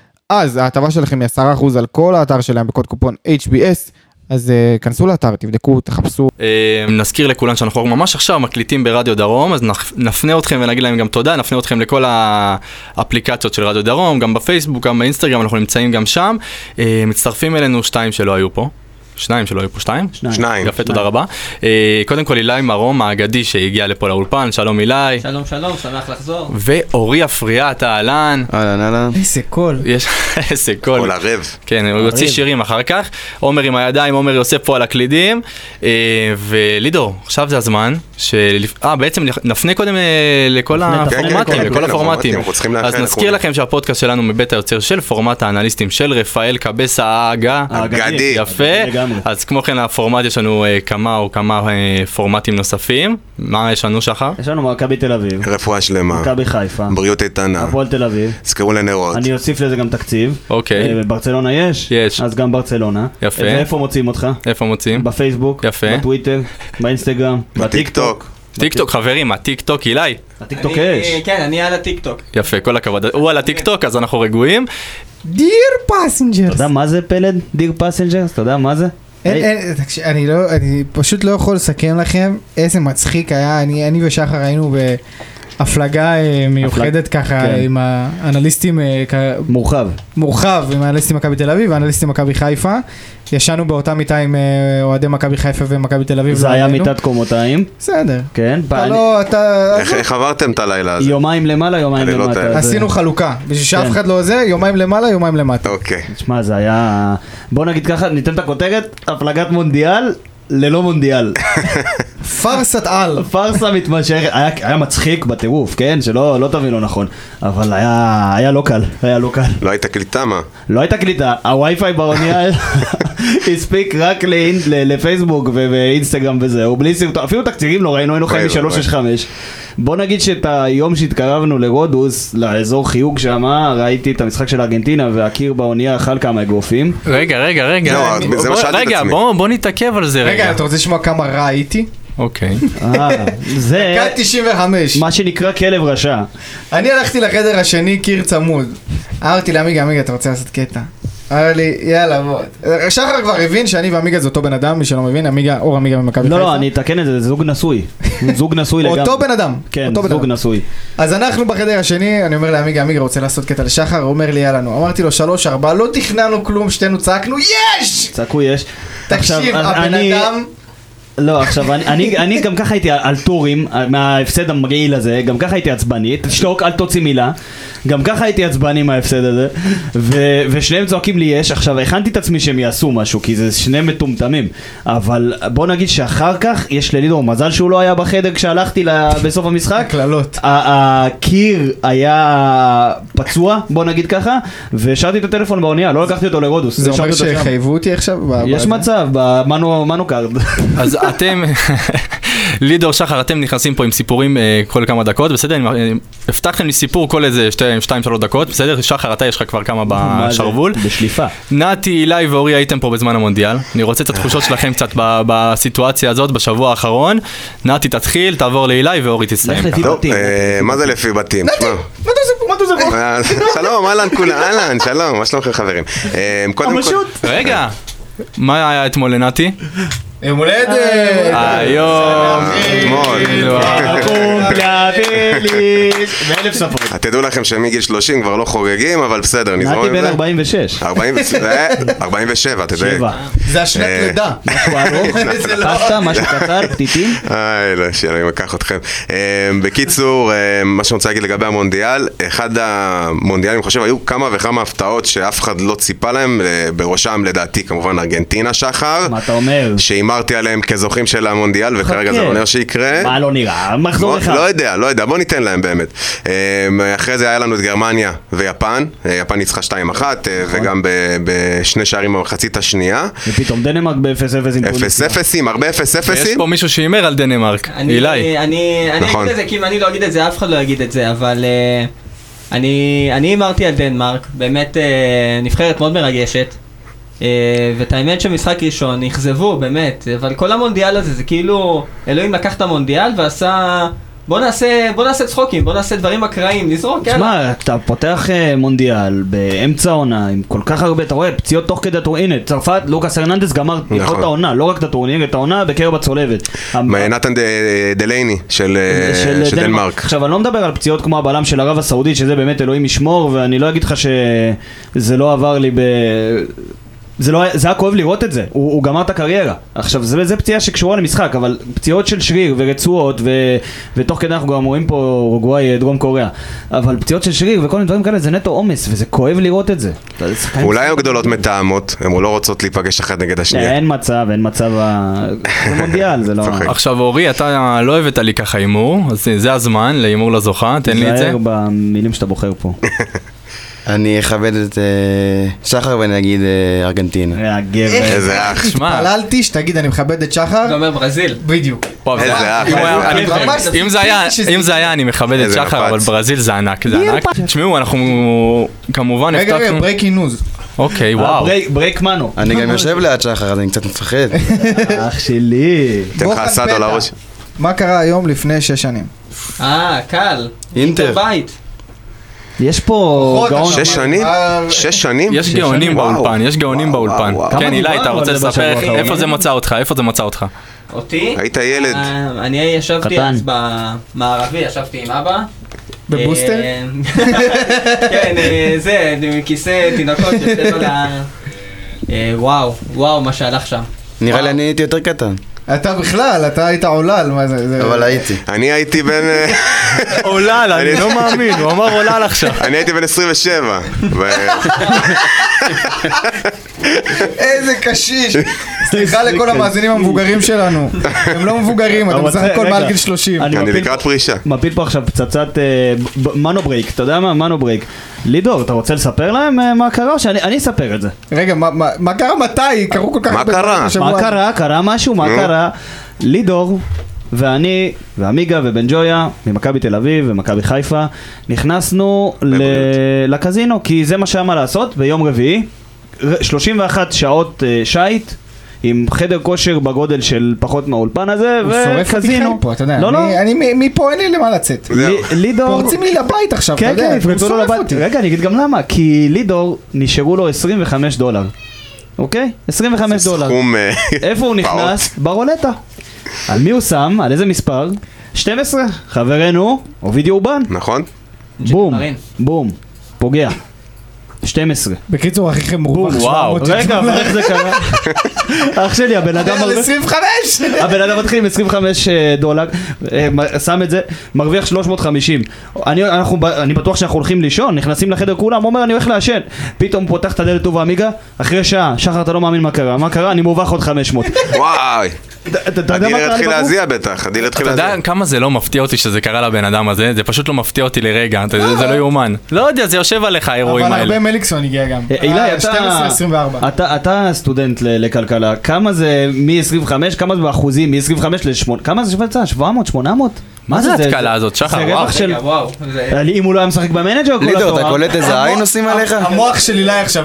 אז ההטבה שלכם היא עשרה אחוז על כל האתר שלהם בקוד קופון אייץ' בי אס, אז uh, כנסו לאתר, תבדקו, תחפשו. אה, נזכיר לכולן שאנחנו ממש עכשיו מקליטים ברדיו דרום, אז נפ- נפנה אתכם ונגיד להם גם תודה, נפנה אתכם לכל האפליקציות של רדיו דרום, גם בפייסבוק, גם באינסטגרם, אנחנו נמצאים גם שם. אה, מצטרפים אלינו שתיים שלא היו פה. שניים שלא היו פה, שתיים? שניים. יפה, תודה רבה. אה, קודם כל אילי מרום האגדי שהגיע לפה לאולפן, שלום אילי. שלום שלום, שמח לחזור. ואורי אפריאט, אהלן. אהלן, אהלן. איזה קול. יש איזה קול. כל ערב. כן, הוא יוציא שירים אחר כך. עומר עם הידיים, עומר יוסף פה על הקלידים. אה, ולידור, עכשיו זה הזמן של... אה, בעצם נפנה קודם אה, לכל נפנה את הפורמטים, כן, כן, לכל כן, הפורמטים. אנחנו צריכים אז לאחל נזכיר לכולם. לכם שהפודקאסט שלנו מבית היוצר של פורמט האנליסטים של רפאל קבסה האגה. אגדי. יפה. לגמרי. אז כמו כן הפורמט יש לנו אה, כמה או כמה אה, פורמטים נוספים. מה יש לנו שחר? יש לנו מכבי תל אביב, רפואה שלמה. מכבי חיפה, בריאות איתנה. הפועל תל אביב. זכרו לנרות. אני אוסיף לזה גם תקציב. אוקיי. אה, ברצלונה יש? יש. אז גם ברצלונה. יפה. ואיפה מוצאים אותך? איפה מוצאים? בפייסבוק, יפה. בטוויטר, באינסטגרם, בטיקטוק. טיק טוק חברים, הטיק טוק אילי. הטיקטוק אני- יש. כן, אני על הטיק טוק. יפה, כל הכבוד. הוא על הטיק טוק אז אנחנו רגועים. דיר פסנג'רס. אתה יודע מה זה פלד? דיר פסנג'רס? אתה יודע מה זה? אין, היי. אין, תקשיב, אני לא, אני פשוט לא יכול לסכם לכם איזה מצחיק היה, אני, אני ושחר היינו בהפלגה אה, מיוחדת ככה כן. עם האנליסטים אה, כ- מורחב. מורחב עם האנליסטים מכבי תל אביב ואנליסטים מכבי חיפה, ישנו באותה מיטה עם אה, אוהדי מכבי חיפה ומכבי תל אביב. זה לא היה עלינו. מיטת קומותיים. בסדר. כן. אתה אני- לא, אתה... איך- איך עברתם את הלילה הזה? יומיים למעלה, יומיים הלילות למטה. האלה. זה- עשינו חלוקה, בשביל שאף כן. אחד לא זה, יומיים למעלה, יומיים למטה. אוקיי. תשמע, זה היה... בוא נגיד ככה, ניתן את הכותרת, הפלגת מונדיאל ללא מונדיאל. פרסת על. פרסה מתמשכת, היה, היה מצחיק בטירוף, כן? שלא לא תבינו נכון, אבל היה, היה לא קל, היה לא קל. לא הייתה קליטה מה? לא הייתה קליטה, הווי-פיי באונייה הספיק רק לאינ- ל- לפייסבוק ו- ואינסטגרם וזהו, בלי סרטון, אפילו תקצירים לא ראינו, היינו חיים וואי, מ-שלוש שש חמש. בוא נגיד שאת היום שהתקרבנו לרודוס, לאזור חיוג שם, ראיתי את המשחק של ארגנטינה והקיר באונייה אכל כמה אגרופים. רגע, רגע, רגע. לא, בוא- זה מה שאלתי את רגע, עצמי. בוא בוא נתעכב על זה רגע, רגע. אתה רוצה לשמוע כמה רע הייתי? אוקיי. אה, זה דקה תשעים וחמש. מה שנקרא כלב רשע. אני הלכתי לחדר השני, קיר צמוד. אמרתי לעמיגה, עמיגה, אתה רוצה לעשות קטע? אמר לי, יאללה, בוא. שחר כבר הבין שאני ועמיגה זה אותו בן אדם, מי שלא מבין, עמיגה, אור עמיגה ממכבי לא, חיפה. לא, אני אתקן את זה, זה זוג נשוי. זוג נשוי לגמרי. אותו בן אדם. כן, אותו בן זוג אדם. נשוי. אז אנחנו בחדר השני, אני אומר לעמיגה, עמיגה רוצה לעשות קטע לשחר, הוא אומר לי, יאללה, נו. אמרתי לו, שלוש, ארבע, לא תכננו כלום, שתינו צעקנו, יש! צעקו יש. תקשיב, עכשיו, הבן אני- אדם... לא, עכשיו, אני, אני, אני גם ככה הייתי על טורים, מההפסד המגעיל הזה, גם ככה הייתי עצבני, תשתוק, אל תוציא מילה, גם ככה הייתי עצבני מההפסד הזה, ו, ושניהם צועקים לי יש, עכשיו, הכנתי את עצמי שהם יעשו משהו, כי זה שני מטומטמים, אבל בוא נגיד שאחר כך, יש ללידור מזל שהוא לא היה בחדר כשהלכתי לה- בסוף המשחק, הקללות. ה- הקיר היה פצוע, בוא נגיד ככה, והשארתי את הטלפון באונייה, לא לקחתי אותו לרודוס, זה אומר השארתי אותו שם. שחייבו אותי עכשיו? ב- יש ב- מצב, במנו מנו קארד. אז אתם, לידור שחר, אתם נכנסים פה עם סיפורים אה, כל כמה דקות, בסדר? אני- אה, הבטחתם לי סיפור כל איזה שתי- שתיים שלוש דקות, בסדר? שחר, אתה יש לך כבר כמה מה זה? בשרוול. בשליפה. נתי, אילי ואורי הייתם פה בזמן המונדיאל. אני רוצה את התחושות שלכם קצת ב- בסיטואציה הזאת, בשבוע האחרון. נתי תתחיל, תעבור לאילי ואורי תסיים. לך לפי טוב, בתים. אה, מה זה לפי בתים? תשמע. מה אתה עושה פה? מה אתה עושה פה? אה, שלום, אהלן כולם, אהלן, שלום, מה שלומכם חברים? אה, קודם כל... רגע, מה היה אתמול לנתי? יום הולדת! היום. אתמול. קומפלאבינו, ביש, באלף שפות. תדעו לכם שמגיל שלושים כבר לא חוגגים, אבל בסדר, נזרום עם זה. נעתי בן ארבעים ושש. ארבעים ושבע, תדייק. שבע. זה השנת לידה. משהו ארוך, פסטה, משהו קצר, פתיתים. איי, לא, שאני מקח אתכם. בקיצור, מה שאני רוצה להגיד לגבי המונדיאל, אחד המונדיאלים, אני חושב, היו כמה וכמה הפתעות שאף אחד לא ציפה להם, בראשם לדעתי כמובן ארגנטינה שחר. מה אתה אומר? שהימרתי עליהם כזוכים של המונדיאל, וכרגע זה לא נראה שיקרה. מה לא נראה? מחזור אחד. לא יודע, לא יודע, בוא ניתן להם באמת. אחרי זה היה לנו את גרמניה ויפן, יפן ניצחה שתיים אחת, וגם בשני שערים במחצית השנייה. ופתאום דנמרק ב-אפס אפס עם טוניסיה. אפס אפסים, הרבה אפס אפסים. ויש פה מישהו שימר על דנמרק, אילי. אני אגיד את זה, כי אם אני לא אגיד את זה, אף אחד לא יגיד את זה, אבל אני הימרתי על דנמרק, באמת נבחרת מאוד מרגשת. ואת האמת שמשחק ראשון נכזבו באמת, אבל כל המונדיאל הזה זה כאילו אלוהים לקח את המונדיאל ועשה בוא נעשה, בוא נעשה צחוקים, בוא נעשה דברים אקראיים, נזרוק, יאללה. תשמע, אתה פותח מונדיאל באמצע העונה עם כל כך הרבה, אתה רואה, פציעות תוך כדי הטורניר, הנה, צרפת, לוקאס הרננדס גמר את העונה, לא רק את הטורניר, את העונה בקרב הצולבת. נתן דלייני של דנמרק. עכשיו, אני לא מדבר על פציעות כמו הבלם של ערב הסעודית, שזה באמת אלוהים ישמור, ואני לא אגיד לך שזה לא עבר לי ב... זה לא, זה היה כואב לראות את זה, הוא, הוא גמר את הקריירה. עכשיו, זה, זה פציעה שקשורה למשחק, אבל פציעות של שריר ורצועות, ו, ותוך כדי אנחנו גם רואים פה אורוגוואי, דרום קוריאה, אבל פציעות של שריר וכל מיני דברים כאלה, זה נטו עומס, וזה כואב לראות את זה. אולי היו גדולות מתאמות, הן לא רוצות להיפגש אחת נגד השנייה. אין מצב, אין מצב, זה מונדיאל, זה לא... עכשיו אורי, אתה לא הבאת לי ככה אימור, אז זה הזמן לאימור לזוכה, תן לי את זה. תזהר במילים שאתה בוחר פה. אני אכבד את שחר ואני אגיד ארגנטינה. איזה אח. התפללתי שתגיד אני מכבד את שחר. זה אומר ברזיל. בדיוק. איזה אח. אם זה היה אני מכבד את שחר, אבל ברזיל זה ענק, זה ענק. תשמעו, אנחנו כמובן רגע, רגע, ברייקינג ניוז. אוקיי, וואו. ברייק מנו. אני גם יושב ליד שחר, אז אני קצת מפחד. אח שלי. תן לך סעד על הראש. מה קרה היום לפני שש שנים? אה, קל. אינטר בית. יש פה גאון. שש שנים? שש שנים? יש גאונים באולפן, יש גאונים באולפן. כן, אילי, אתה רוצה לספר איפה זה מצא אותך? איפה זה מצא אותך? אותי? היית ילד. אני ישבתי אז במערבי, ישבתי עם אבא. בבוסטר? כן, זה, כיסא תינוקות יושב על ה... וואו, וואו, מה שהלך שם. נראה לי אני הייתי יותר קטן. אתה בכלל, אתה היית עולל, מה זה? אבל הייתי. אני הייתי בן... עולל, אני לא מאמין, הוא אמר עולל עכשיו. אני הייתי בן עשרים ושבע. איזה קשיש. סליחה לכל המאזינים המבוגרים שלנו. הם לא מבוגרים, אתם בסך הכל מעל גיל שלושים. אני לקראת פרישה. מפיל פה עכשיו פצצת מנו ברייק, אתה יודע מה? מנו ברייק. לידור, אתה רוצה לספר להם מה קרה או שאני אספר את זה? רגע, מה קרה מתי? קרו כל כך... מה קרה? מה קרה? קרה משהו? מה קרה? לידור ואני ואמיגה ובן ג'ויה ממכבי תל אביב ומכבי חיפה נכנסנו לקזינו כי זה מה שהיה מה לעשות ביום רביעי שלושים ואחת שעות שייט עם חדר כושר בגודל של פחות מהאולפן הזה וקזינו. לא, לא. אני מפה אין לי למה לצאת. לידור... פורצים לי לבית עכשיו, אתה יודע. כן, כן, יפרצו לו לבית. רגע, אני אגיד גם למה. כי לידור נשארו לו עשרים וחמישה דולר. אוקיי? עשרים וחמישה דולר. סכום... איפה הוא נכנס? ברולטה. על מי הוא שם? על איזה מספר? שתים עשרה. חברנו, אובידיו אובן. נכון. בום. בום. פוגע. שתים עשרה. בקיצור, הכי מרווח. וואו. רגע, אבל איך זה קרה? אח שלי, הבן אדם מרוויח... עשרים וחמש! הבן אדם מתחיל עם עשרים וחמישה דולר, שם את זה, מרוויח שלוש מאות וחמישים. אני, אנחנו, אני בטוח שאנחנו הולכים לישון, נכנסים לחדר כולם, אומר אני הולך לעשן. פתאום פותח את הדלת טובה אמיגה, אחרי שעה, שחר אתה לא מאמין מה קרה. מה קרה? אני מובך עוד חמש מאות. וואי. הדילר התחיל להזיע בטח, הדילר התחיל להזיע. אתה יודע כמה זה לא מפתיע אותי שזה קרה לבן אדם הזה? זה פשוט לא מפתיע אותי לרגע, זה לא יאומן. לא יודע, זה יושב עליך האירועים האלה. אבל הרבה מליקסון הגיע גם. אילי, שתים עשרה עשרים וארבע. אתה סטודנט לכלכלה, כמה זה מ-עשרים וחמש, כמה זה באחוזים, מ-עשרים וחמש ל-שמונה, כמה זה שווה? שבע מאות, שמונה מאות? מה זה התקלה הזאת, שחר? וואו. אם הוא לא היה משחק במנג'ר, לידור, אתה קולט איזה עין עושים עליך? המוח של אילי עכשיו.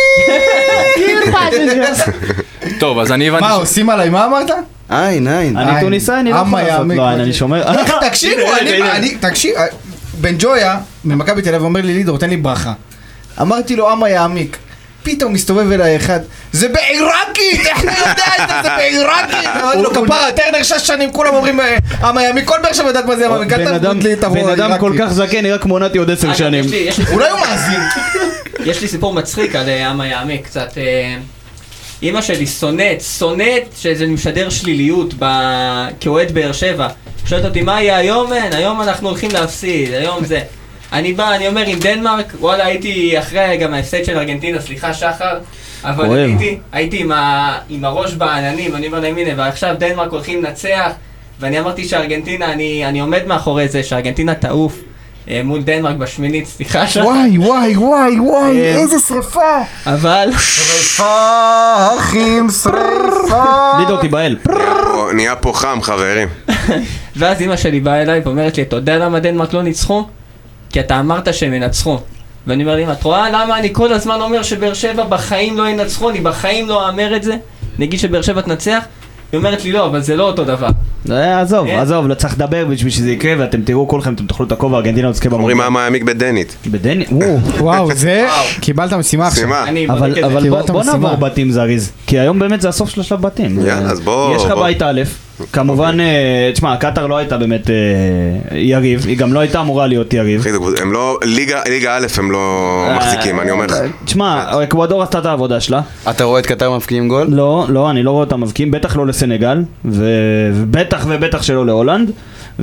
טוב, אז אני הבנתי... מה, עושים עליי? מה אמרת? עין, עין. אני טוניסאי, אני לא יכול לעשות, לא, אני שומר... תקשיבו, אני, תקשיב, בן ג'ויה ממכבי תל אביב אומר לי לידור, תן לי ברכה. אמרתי לו, אמה יעמיק. פתאום מסתובב אליי אחד, זה בעיראקית, איך אני יודע את זה, זה בעיראקית, אמרתי לו כפרה, טרנר שש שנים, כולם אומרים המיאמי, כל באר שבע יודעת מה זה המיאמי, בן אדם כל כך זקן, נראה כמו נתי עוד עשר שנים. אולי הוא מאזין. יש לי סיפור מצחיק על המיאמי, קצת... אמא שלי שונאת, שונאת שזה משדר שליליות כאוהד באר שבע. שואלת אותי, מה יהיה היום? אין, היום אנחנו הולכים להפסיד, היום זה. אני בא, אני אומר עם דנמרק, וואלה הייתי אחרי גם ההפסד של ארגנטינה, סליחה שחר, אבל הייתי, הייתי עם, ה, עם הראש בעננים, אני אומר להם הנה, ועכשיו דנמרק הולכים לנצח, ואני אמרתי שארגנטינה, אני, אני עומד מאחורי זה, שארגנטינה תעוף מול דנמרק בשמינית, סליחה שחר. וואי וואי וואי וואי, איזה שריפה. אבל... שריפה, אחים, שריפה. לידו תיבהל. נהיה פה חם, חברים. ואז אמא שלי באה אליי ואומרת לי, אתה יודע למה דנמרק לא ניצחו? כי אתה אמרת שהם ינצחו. ואני אומר לי, את רואה למה אני כל הזמן אומר שבאר שבע בחיים לא ינצחו, אני בחיים לא אאמר את זה, נגיד שבאר שבע תנצח? היא אומרת לי לא, אבל זה לא אותו דבר. עזוב, עזוב, לא צריך לדבר בשביל שזה יקרה, ואתם תראו כולכם, אתם תאכלו את הכובע, ארגנטינה עוד תזכה במונדיאל. אומרים מה מעמיק בדנית. בדנית? וואו, זה, קיבלת משימה עכשיו. אבל בוא נעבור בתים זריז, כי היום באמת זה הסוף של השלב בתים. יאללה, אז בוא... יש לך בית א', כמובן, תשמע, קטר לא הייתה באמת יריב, היא גם לא הייתה אמורה להיות יריב. הם לא, ליגה א' הם לא מחזיקים, אני אומר לך. תשמע, אקוודור עשתה את העבודה שלה. אתה רואה את קטר מבקיעים גול? לא, לא, אני לא רואה אותם מבקיעים, בטח לא לסנגל, ובטח ובטח שלא להולנד,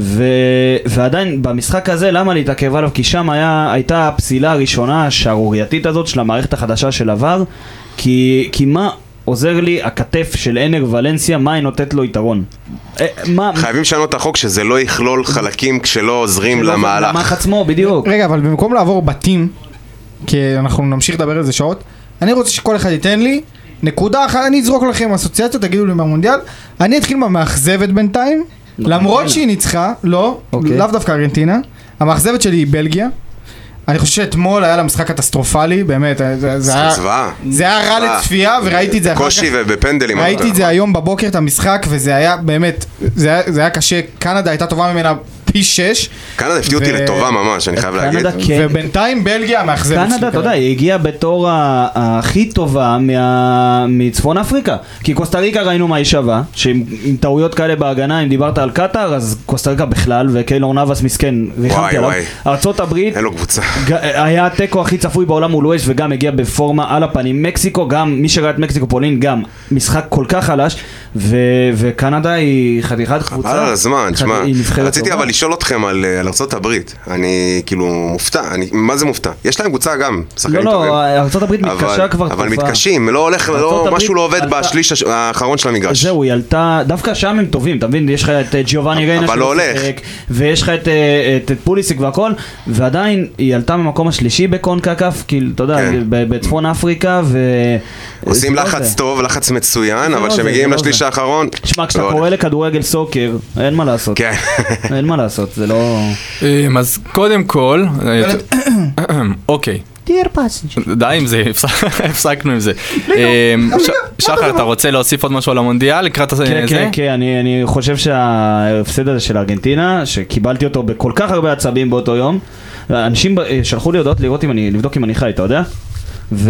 ועדיין במשחק הזה, למה להתעכב עליו? כי שם הייתה הפסילה הראשונה השערורייתית הזאת של המערכת החדשה של עבר, כי מה... עוזר לי הכתף של אנר ולנסיה, מה היא נותנת לו יתרון? חייבים לשנות את החוק שזה לא יכלול חלקים כשלא עוזרים למהלך. למח עצמו, בדיוק. רגע, אבל במקום לעבור בתים, כי אנחנו נמשיך לדבר על זה שעות, אני רוצה שכל אחד ייתן לי נקודה אחת, אני אזרוק לכם אסוציאציות, תגידו לי מהמונדיאל, אני אתחיל מהמאכזבת בינתיים, למרות שהיא ניצחה, לא, לאו דווקא ארגנטינה, המאכזבת שלי היא בלגיה, אני חושב שאתמול היה לה משחק קטסטרופלי, באמת, זה היה רע לצפייה, וראיתי את זה אחר כך. קושי ובפנדלים. ראיתי את זה היום בבוקר, את המשחק, וזה היה באמת, זה היה קשה. קנדה הייתה טובה ממנה פי שש. קנדה הפתיע אותי לטובה ממש, אני חייב להגיד. ובינתיים בלגיה מאכזבת. קנדה, אתה יודע, היא הגיעה בתור הכי טובה מצפון אפריקה. כי קוסטה ריקה ראינו מה היא שווה, שעם טעויות כאלה בהגנה, אם דיברת על קטר, אז קוסטה ריקה בכלל, וקיילור נאבס מסכן, ריחמתי עליו. ארצות הברית, אין לו קבוצה. היה הטקו הכי צפוי בעולם מול אוהש, וגם הגיע בפורמה על הפנים. מקסיקו, גם מי שראה את מקסיקו פולין, גם משחק כל כך חלש, וקנדה היא חתיכת קבוצה. על הזמן, תשמע, רציתי אבל לשאול אתכם על ארצות הברית, אני כאילו מופתע, מה זה מופתע? יש להם קבוצה גם, לא, לא, ארצות הברית מתקשה כבר תקופה. אבל מתקשים, לא הולך, משהו לא עובד בשליש האחרון של המגרש. זהו, היא עלתה, דווקא שם הם טובים, אתה מבין, יש לך את ג'יובאני ריינה שמשחק, ויש לך את פוליסיק והכל, ועדיין היא עלתה ממקום השלישי בקונקקף, כאילו, אתה יודע, בצפון אפריקה, ו... עושים לחץ טוב, לחץ מצוין, אבל כשמגיעים לשליש האחרון... תשמע, כשאתה קורא לכדורגל סוקר, אין מה לעשות. כן. אין מה לעשות, זה לא... אז קודם כל... אוקיי. Dear passenger. די עם זה, הפסקנו עם זה. שחר, אתה רוצה להוסיף עוד משהו על המונדיאל לקראת זה? כן, כן, אני חושב שההפסד הזה של ארגנטינה, שקיבלתי אותו בכל כך הרבה עצבים באותו יום, אנשים שלחו לי הודעות לראות אם אני, לבדוק אם אני חי, אתה יודע? ו...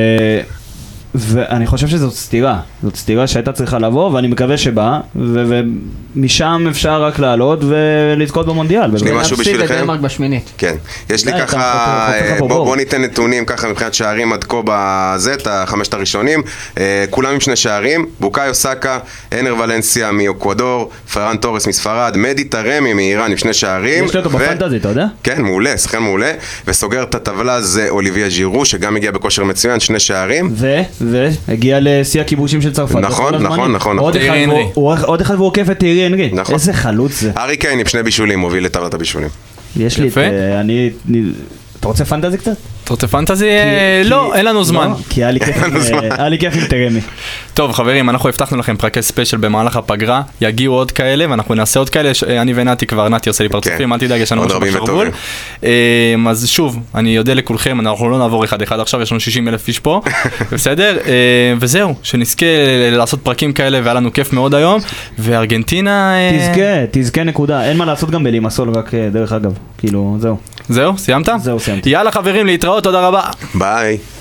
ואני חושב שזאת סתירה, זאת סתירה שהייתה צריכה לבוא, ואני מקווה שבאה, ומשם אפשר רק לעלות ולזכות במונדיאל. יש לי משהו בשבילכם? דנמרק בשמינית. כן, יש לי ככה, בוא ניתן נתונים ככה מבחינת שערים עד כה בזה, את החמשת הראשונים, כולם עם שני שערים, בוקאיו סאקה, אנר ולנסיה מאקוודור, פרן טורס מספרד, מדי טרמי מאיראן עם שני שערים. יש לי אותו בפנטזי, אתה יודע? כן, מעולה, שחקן מעולה, וסוגר את הטבלה זה אוליביה ז'ירו, שגם הגיע בכושר מצוין, שני שערים. ו... והגיע לשיא הכיבושים של צרפת. נכון, נכון, נכון. עוד אחד והוא עוקף את תיארי אנרי. איזה חלוץ זה. ארי קיין עם שני בישולים, מוביל לטבלת הבישולים. יש לי את... אני... אתה רוצה פנטזי קצת? אתה רוצה פנטזי? לא, אין לנו זמן. כי היה לי כיף עם תרמי. טוב חברים, אנחנו הבטחנו לכם פרקי ספיישל במהלך הפגרה, יגיעו עוד כאלה ואנחנו נעשה עוד כאלה, אני ונתי כבר, נתי עושה לי פרצופים, אל תדאג, יש לנו משהו בשרבול. אז שוב, אני יודע לכולכם, אנחנו לא נעבור אחד אחד עכשיו, יש לנו שישים אלף איש פה, בסדר? וזהו, שנזכה לעשות פרקים כאלה והיה לנו כיף מאוד היום, וארגנטינה... תזכה, תזכה נקודה, אין מה לעשות גם בלימסול, רק דרך אגב, כאילו, זהו. זהו, סיימת? זהו, סיימתי. יאללה חברים, להתראות, תודה רבה. ביי.